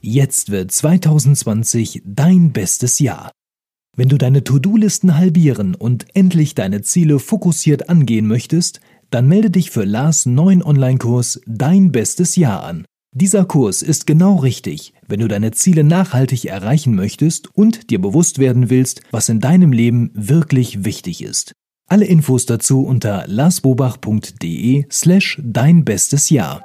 Jetzt wird 2020 dein bestes Jahr. Wenn du deine To-Do-Listen halbieren und endlich deine Ziele fokussiert angehen möchtest, dann melde dich für Lars' neuen Online-Kurs Dein bestes Jahr an. Dieser Kurs ist genau richtig, wenn du deine Ziele nachhaltig erreichen möchtest und dir bewusst werden willst, was in deinem Leben wirklich wichtig ist. Alle Infos dazu unter larsbobach.de/dein bestes Jahr.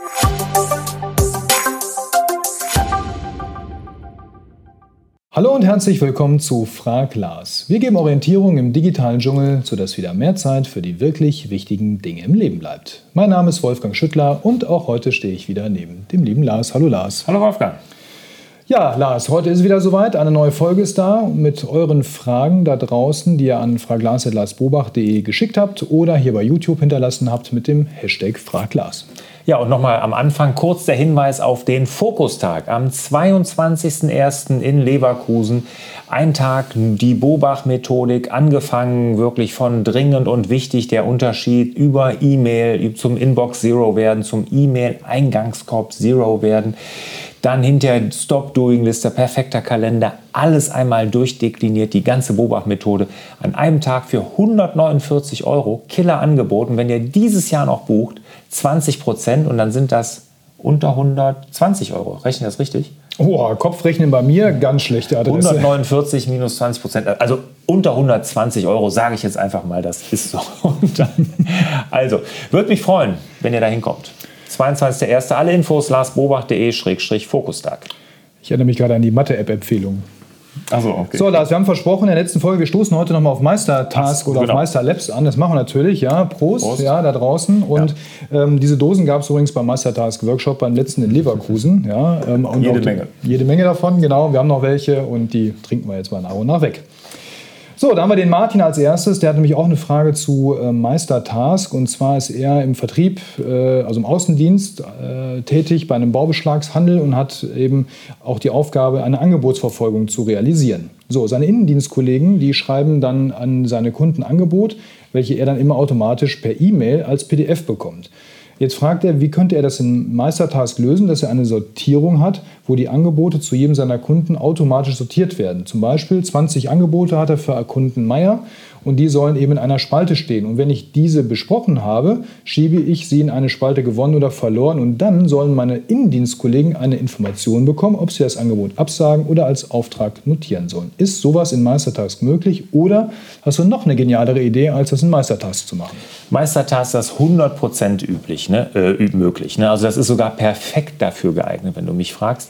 Hallo und herzlich willkommen zu Frag Lars. Wir geben Orientierung im digitalen Dschungel, sodass wieder mehr Zeit für die wirklich wichtigen Dinge im Leben bleibt. Mein Name ist Wolfgang Schüttler und auch heute stehe ich wieder neben dem lieben Lars. Hallo Lars. Hallo Wolfgang. Ja, Lars, heute ist es wieder soweit. Eine neue Folge ist da mit euren Fragen da draußen, die ihr an fraglas@larsbobach.de geschickt habt oder hier bei YouTube hinterlassen habt mit dem Hashtag FragLars. Ja, und nochmal am Anfang kurz der Hinweis auf den Fokustag am 22.01. in Leverkusen. Ein Tag die Bobach-Methodik, angefangen wirklich von dringend und wichtig, der Unterschied über E-Mail zum Inbox Zero werden, zum E-Mail-Eingangskorb Zero werden. Dann hinterher Stop-Doing-Liste, perfekter Kalender, alles einmal durchdekliniert, die ganze Bobach-Methode an einem Tag für 149 €, Killer angeboten. Wenn ihr dieses Jahr noch bucht, 20% und dann sind das unter 120 €. Rechne das richtig? Oh, Kopfrechnen bei mir, ganz schlechte Adresse. 149 minus 20%, also unter 120 €, sage ich jetzt einfach mal, das ist so. Also, würde mich freuen, wenn ihr da hinkommt. 22.01. Alle Infos larsbobach.de/Fokustag. Ich erinnere mich gerade an die Mathe-App-Empfehlung. Achso, okay. So, Lars, wir haben versprochen in der letzten Folge, wir stoßen heute nochmal auf Meistertask oder auf Meisterlabs an. Das machen wir natürlich, ja. Prost. Ja, da draußen. Und diese Dosen gab es übrigens beim Meistertask-Workshop beim letzten in Leverkusen. Ja, und jede Menge davon, genau. Wir haben noch welche und die trinken wir jetzt mal nach und nach weg. So, da haben wir den Martin als erstes. Der hat nämlich auch eine Frage zu Meistertask. Und zwar ist er im Vertrieb, also im Außendienst, tätig bei einem Baubeschlagshandel und hat eben auch die Aufgabe, eine Angebotsverfolgung zu realisieren. So, seine Innendienstkollegen, die schreiben dann an seine Kunden Angebot, welche er dann immer automatisch per E-Mail als PDF bekommt. Jetzt fragt er, wie könnte er das in Meistertask lösen, dass er eine Sortierung hat, wo die Angebote zu jedem seiner Kunden automatisch sortiert werden. Zum Beispiel 20 Angebote hat er für Kunden Meier und die sollen eben in einer Spalte stehen. Und wenn ich diese besprochen habe, schiebe ich sie in eine Spalte gewonnen oder verloren und dann sollen meine Innendienstkollegen eine Information bekommen, ob sie das Angebot absagen oder als Auftrag notieren sollen. Ist sowas in Meistertask möglich oder hast du noch eine genialere Idee, als das in Meistertask zu machen? Meistertask ist 100% möglich. Ne? Also das ist sogar perfekt dafür geeignet, wenn du mich fragst.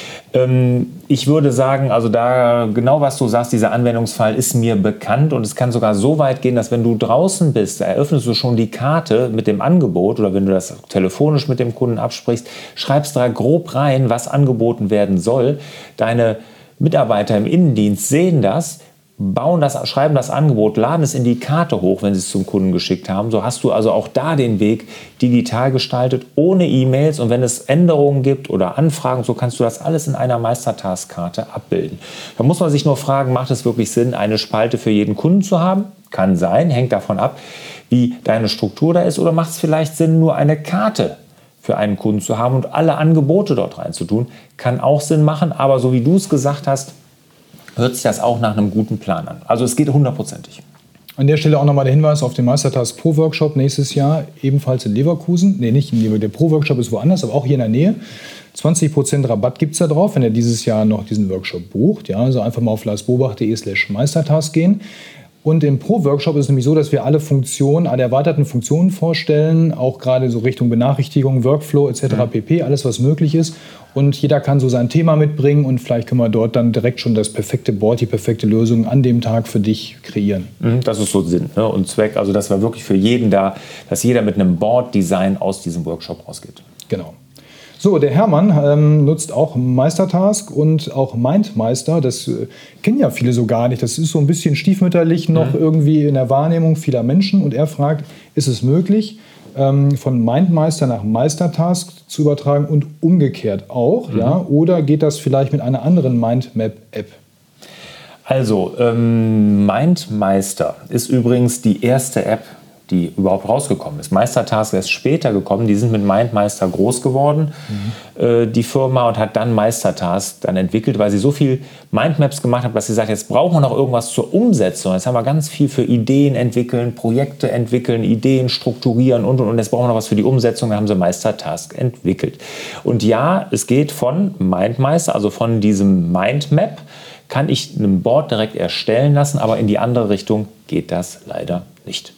Ich würde sagen, also da genau was du sagst, dieser Anwendungsfall ist mir bekannt und es kann sogar so weit gehen, dass wenn du draußen bist, eröffnest du schon die Karte mit dem Angebot oder wenn du das telefonisch mit dem Kunden absprichst, schreibst da grob rein, was angeboten werden soll. Deine Mitarbeiter im Innendienst sehen das, schreiben das Angebot, laden es in die Karte hoch, wenn sie es zum Kunden geschickt haben. So hast du also auch da den Weg digital gestaltet, ohne E-Mails. Und wenn es Änderungen gibt oder Anfragen, so kannst du das alles in einer Meistertask-Karte abbilden. Da muss man sich nur fragen, macht es wirklich Sinn, eine Spalte für jeden Kunden zu haben? Kann sein, hängt davon ab, wie deine Struktur da ist. Oder macht es vielleicht Sinn, nur eine Karte für einen Kunden zu haben und alle Angebote dort reinzutun? Kann auch Sinn machen, aber so wie du es gesagt hast, hört sich das auch nach einem guten Plan an. Also es geht 100%ig. An der Stelle auch nochmal der Hinweis auf den Meistertask Pro Workshop nächstes Jahr, ebenfalls in Leverkusen. Nee, nicht in Leverkusen, der Pro Workshop ist woanders, aber auch hier in der Nähe. 20% Rabatt gibt es da drauf, wenn ihr dieses Jahr noch diesen Workshop bucht. Ja, also einfach mal auf larsbobach.de/Meistertask gehen. Und im Pro-Workshop ist es nämlich so, dass wir alle Funktionen, alle erweiterten Funktionen vorstellen, auch gerade so Richtung Benachrichtigung, Workflow etc. pp., alles was möglich ist. Und jeder kann so sein Thema mitbringen und vielleicht können wir dort dann direkt schon das perfekte Board, die perfekte Lösung an dem Tag für dich kreieren. Das ist so Sinn, ne? Und Zweck, also das war wirklich für jeden da, dass jeder mit einem Board-Design aus diesem Workshop rausgeht. Genau. So, der Hermann nutzt auch Meistertask und auch MindMeister. Das kennen ja viele so gar nicht. Das ist so ein bisschen stiefmütterlich noch irgendwie in der Wahrnehmung vieler Menschen. Und er fragt, ist es möglich, von MindMeister nach Meistertask zu übertragen und umgekehrt auch? Ja? Oder geht das vielleicht mit einer anderen Mindmap-App? Also, MindMeister ist übrigens die erste App, die überhaupt rausgekommen ist. Meistertask ist später gekommen, die sind mit MindMeister groß geworden, die Firma, und hat dann Meistertask dann entwickelt, weil sie so viel Mindmaps gemacht hat, dass sie sagt, jetzt brauchen wir noch irgendwas zur Umsetzung. Jetzt haben wir ganz viel für Ideen entwickeln, Projekte entwickeln, Ideen strukturieren und. Jetzt brauchen wir noch was für die Umsetzung, dann haben sie Meistertask entwickelt. Und ja, es geht von MindMeister, also von diesem Mindmap, kann ich ein Board direkt erstellen lassen, aber in die andere Richtung geht das leider nicht.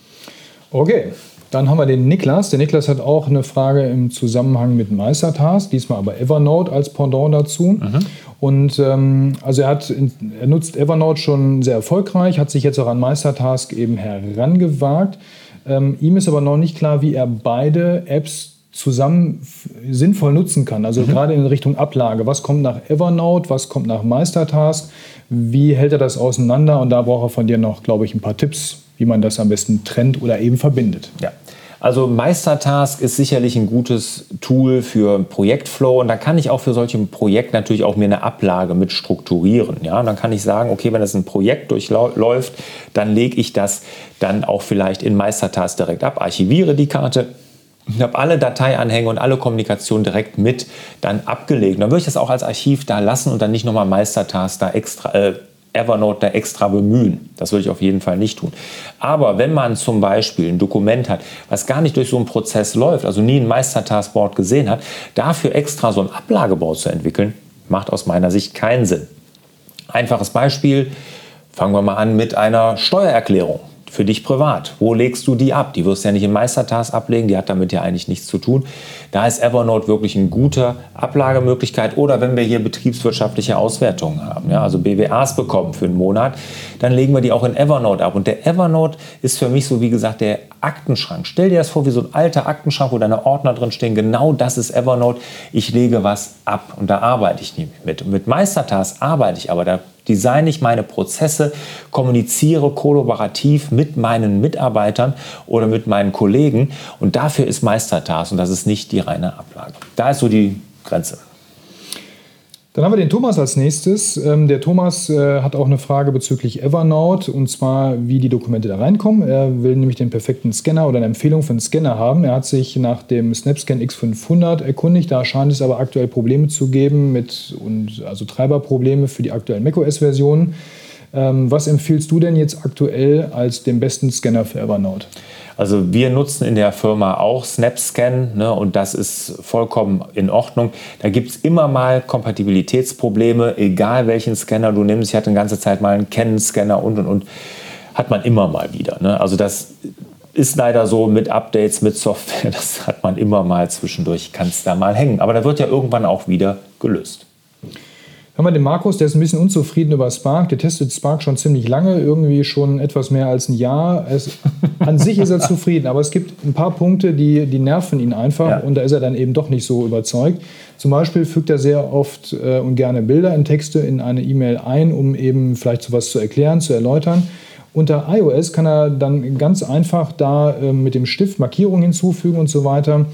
Okay, dann haben wir den Niklas. Der Niklas hat auch eine Frage im Zusammenhang mit Meistertask, diesmal aber Evernote als Pendant dazu. Und also er nutzt Evernote schon sehr erfolgreich, hat sich jetzt auch an Meistertask eben herangewagt. Ihm ist aber noch nicht klar, wie er beide Apps zusammen sinnvoll nutzen kann. Also gerade in Richtung Ablage. Was kommt nach Evernote, was kommt nach Meistertask? Wie hält er das auseinander? Und da braucht er von dir noch, glaube ich, ein paar Tipps, wie man das am besten trennt oder eben verbindet. Ja. Also Meistertask ist sicherlich ein gutes Tool für Projektflow, und da kann ich auch für solche Projekte natürlich auch mir eine Ablage mit strukturieren. Ja? Und dann kann ich sagen, okay, wenn das ein Projekt durchläuft, dann lege ich das dann auch vielleicht in Meistertask direkt ab, archiviere die Karte. Ich habe alle Dateianhänge und alle Kommunikation direkt mit dann abgelegt. Dann würde ich das auch als Archiv da lassen und dann nicht nochmal Meistertask da extra, Evernote da extra bemühen. Das würde ich auf jeden Fall nicht tun. Aber wenn man zum Beispiel ein Dokument hat, was gar nicht durch so einen Prozess läuft, also nie ein Meistertask-Board gesehen hat, dafür extra so ein Ablageboard zu entwickeln, macht aus meiner Sicht keinen Sinn. Einfaches Beispiel, fangen wir mal an mit einer Steuererklärung. Für dich privat. Wo legst du die ab? Die wirst du ja nicht im Meistertask ablegen, die hat damit ja eigentlich nichts zu tun. Da ist Evernote wirklich eine gute Ablagemöglichkeit. Oder wenn wir hier betriebswirtschaftliche Auswertungen haben, ja, also BWAs bekommen für einen Monat, dann legen wir die auch in Evernote ab. Und der Evernote ist für mich so, wie gesagt, der Aktenschrank. Stell dir das vor wie so ein alter Aktenschrank, wo deine Ordner drin stehen. Genau das ist Evernote. Ich lege was ab und da arbeite ich nicht mit. Und mit Meistertask arbeite ich aber, da designe ich meine Prozesse, kommuniziere kollaborativ mit meinen Mitarbeitern oder mit meinen Kollegen, und dafür ist Meistertask, und das ist nicht die reine Ablage. Da ist so die Grenze. Dann haben wir den Thomas als nächstes. Der Thomas hat auch eine Frage bezüglich Evernote, und zwar, wie die Dokumente da reinkommen. Er will nämlich den perfekten Scanner oder eine Empfehlung für einen Scanner haben. Er hat sich nach dem SnapScan X500 erkundigt. Da scheint es aber aktuell Probleme zu geben, also Treiberprobleme für die aktuellen macOS-Versionen. Was empfiehlst du denn jetzt aktuell als den besten Scanner für Evernote? Also wir nutzen in der Firma auch SnapScan, ne, und das ist vollkommen in Ordnung. Da gibt es immer mal Kompatibilitätsprobleme, egal welchen Scanner du nimmst. Ich hatte eine ganze Zeit mal einen Canon-Scanner und. Hat man immer mal wieder. Ne? Also das ist leider so mit Updates, mit Software, das hat man immer mal zwischendurch, kann es da mal hängen. Aber da wird ja irgendwann auch wieder gelöst. Haben wir den Markus, der ist ein bisschen unzufrieden über Spark. Der testet Spark schon ziemlich lange, irgendwie schon etwas mehr als ein Jahr. An sich ist er zufrieden, aber es gibt ein paar Punkte, die nerven ihn einfach, ja. Und da ist er dann eben doch nicht so überzeugt. Zum Beispiel fügt er sehr oft und gerne Bilder in Texte in eine E-Mail ein, um eben vielleicht sowas zu erklären, zu erläutern. Unter iOS kann er dann ganz einfach da mit dem Stift Markierungen hinzufügen und so weiter.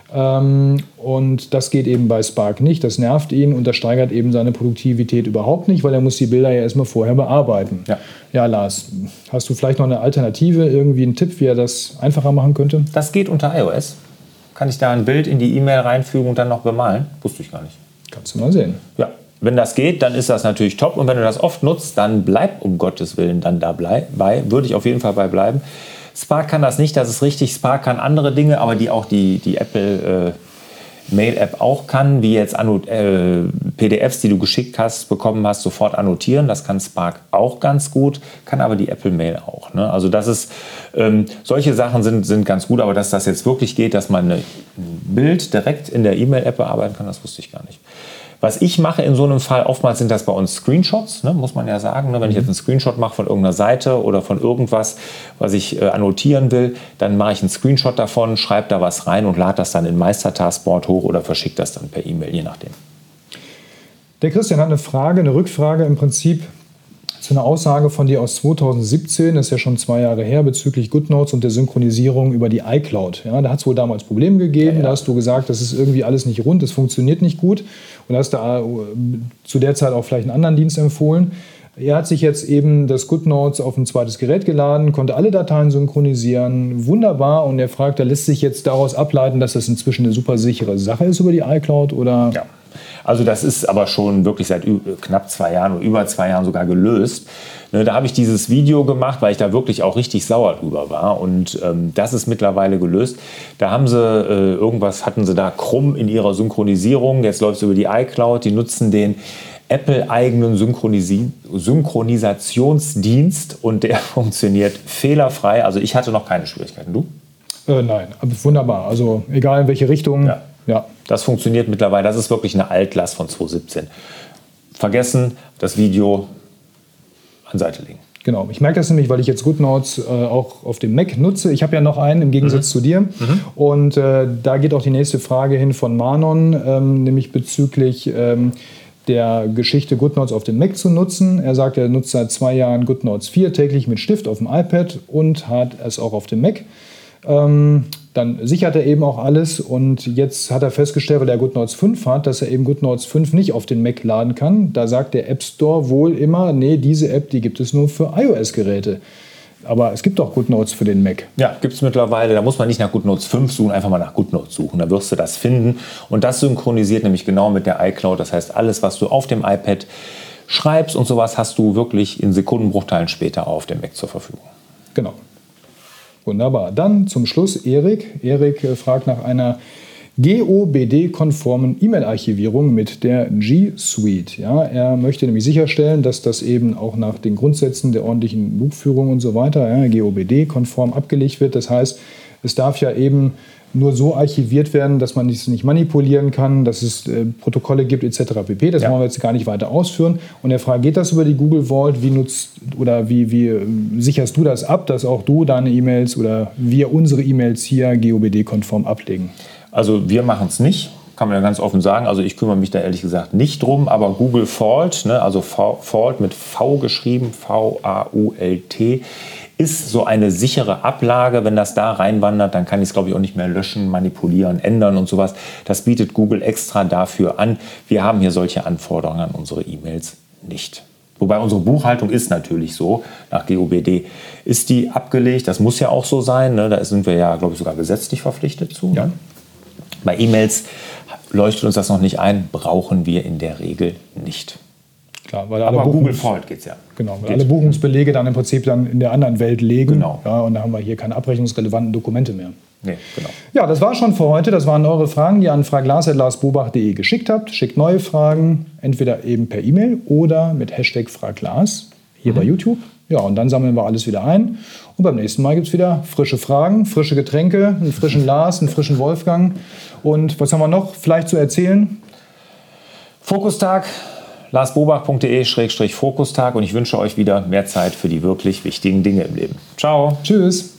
Und das geht eben bei Spark nicht, das nervt ihn und das steigert eben seine Produktivität überhaupt nicht, weil er muss die Bilder ja erstmal vorher bearbeiten. Ja, Lars, hast du vielleicht noch eine Alternative, irgendwie einen Tipp, wie er das einfacher machen könnte? Das geht unter iOS. Kann ich da ein Bild in die E-Mail reinfügen und dann noch bemalen? Wusste ich gar nicht. Kannst du mal sehen. Ja, wenn das geht, dann ist das natürlich top, und wenn du das oft nutzt, dann bleib um Gottes Willen dann dabei, würde ich auf jeden Fall bei bleiben. Spark kann das nicht, das ist richtig. Spark kann andere Dinge, aber die auch die Apple Mail-App auch kann, wie jetzt PDFs, die du geschickt hast, bekommen hast, sofort annotieren. Das kann Spark auch ganz gut, kann aber die Apple Mail auch. Ne? Also das ist, solche Sachen sind ganz gut, aber dass das jetzt wirklich geht, dass man ein Bild direkt in der E-Mail-App bearbeiten kann, das wusste ich gar nicht. Was ich mache in so einem Fall, oftmals sind das bei uns Screenshots, ne, muss man ja sagen. Ne, wenn ich jetzt einen Screenshot mache von irgendeiner Seite oder von irgendwas, was ich annotieren will, dann mache ich einen Screenshot davon, schreibe da was rein und lade das dann in Meistertaskboard hoch oder verschicke das dann per E-Mail, je nachdem. Der Christian hat eine Rückfrage im Prinzip zu einer Aussage von dir aus 2017, das ist ja schon 2 Jahre her, bezüglich GoodNotes und der Synchronisierung über die iCloud. Ja, da hat es wohl damals Probleme gegeben, Da hast du gesagt, das ist irgendwie alles nicht rund, das funktioniert nicht gut, und hast da zu der Zeit auch vielleicht einen anderen Dienst empfohlen. Er hat sich jetzt eben das GoodNotes auf ein zweites Gerät geladen, konnte alle Dateien synchronisieren, wunderbar. Und er fragt, da lässt sich jetzt daraus ableiten, dass das inzwischen eine super sichere Sache ist über die iCloud, oder? Ja. Also das ist aber schon wirklich seit knapp 2 Jahren oder über 2 Jahren sogar gelöst. Da habe ich dieses Video gemacht, weil ich da wirklich auch richtig sauer drüber war. Und das ist mittlerweile gelöst. Da haben sie irgendwas, hatten sie da krumm in ihrer Synchronisierung. Jetzt läuft es über die iCloud. Die nutzen den Apple-eigenen Synchronisationsdienst und der funktioniert fehlerfrei. Also ich hatte noch keine Schwierigkeiten. Du? Nein, wunderbar. Also egal in welche Richtung. Ja. Das funktioniert mittlerweile. Das ist wirklich eine Altlast von 2017. Vergessen, das Video an Seite legen. Genau, ich merke das nämlich, weil ich jetzt GoodNotes auch auf dem Mac nutze. Ich habe ja noch einen im Gegensatz zu dir. Und da geht auch die nächste Frage hin von Manon, nämlich bezüglich der Geschichte, GoodNotes auf dem Mac zu nutzen. Er sagt, er nutzt seit 2 Jahren GoodNotes 4 täglich mit Stift auf dem iPad und hat es auch auf dem Mac. Dann sichert er eben auch alles und jetzt hat er festgestellt, weil er GoodNotes 5 hat, dass er eben GoodNotes 5 nicht auf den Mac laden kann. Da sagt der App Store wohl immer, nee, diese App, die gibt es nur für iOS-Geräte. Aber es gibt auch GoodNotes für den Mac. Ja, gibt es mittlerweile. Da muss man nicht nach GoodNotes 5 suchen, einfach mal nach GoodNotes suchen. Da wirst du das finden. Und das synchronisiert nämlich genau mit der iCloud. Das heißt, alles, was du auf dem iPad schreibst und sowas, hast du wirklich in Sekundenbruchteilen später auf dem Mac zur Verfügung. Genau. Wunderbar. Dann zum Schluss Erik. Erik fragt nach einer GOBD-konformen E-Mail-Archivierung mit der G Suite. Ja, er möchte nämlich sicherstellen, dass das eben auch nach den Grundsätzen der ordentlichen Buchführung und so weiter, GOBD-konform abgelegt wird. Das heißt, es darf ja eben nur so archiviert werden, dass man es nicht manipulieren kann, dass es Protokolle gibt etc. pp. Das wollen wir jetzt gar nicht weiter ausführen. Und er fragt, geht das über die Google Vault? Wie sicherst du das ab, dass auch du deine E-Mails oder wir unsere E-Mails hier GOBD-konform ablegen? Also wir machen es nicht, kann man ja ganz offen sagen. Also ich kümmere mich da ehrlich gesagt nicht drum, aber Google Vault, also Vault mit V geschrieben, V-A-U-L-T, ist so eine sichere Ablage. Wenn das da reinwandert, dann kann ich es, glaube ich, auch nicht mehr löschen, manipulieren, ändern und sowas. Das bietet Google extra dafür an. Wir haben hier solche Anforderungen an unsere E-Mails nicht. Wobei unsere Buchhaltung ist natürlich so, nach GOBD ist die abgelegt. Das muss ja auch so sein. Ne? Da sind wir ja, glaube ich, sogar gesetzlich verpflichtet zu. Ja. Ne? Bei E-Mails leuchtet uns das noch nicht ein, brauchen wir in der Regel nicht. Klar, weil aber Google Vault geht es ja. Genau, weil alle Buchungsbelege dann im Prinzip dann in der anderen Welt liegen. Genau. Ja, und da haben wir hier keine abrechnungsrelevanten Dokumente mehr. Nee, genau. Ja, das war schon für heute. Das waren eure Fragen, die ihr an fraglars@larsbobach.de geschickt habt. Schickt neue Fragen, entweder eben per E-Mail oder mit Hashtag #fraglars hier bei YouTube. Ja, und dann sammeln wir alles wieder ein. Und beim nächsten Mal gibt es wieder frische Fragen, frische Getränke, einen frischen Lars, einen frischen Wolfgang. Und was haben wir noch vielleicht zu erzählen? Fokustag, larsbobach.de/Fokustag, und ich wünsche euch wieder mehr Zeit für die wirklich wichtigen Dinge im Leben. Ciao. Tschüss.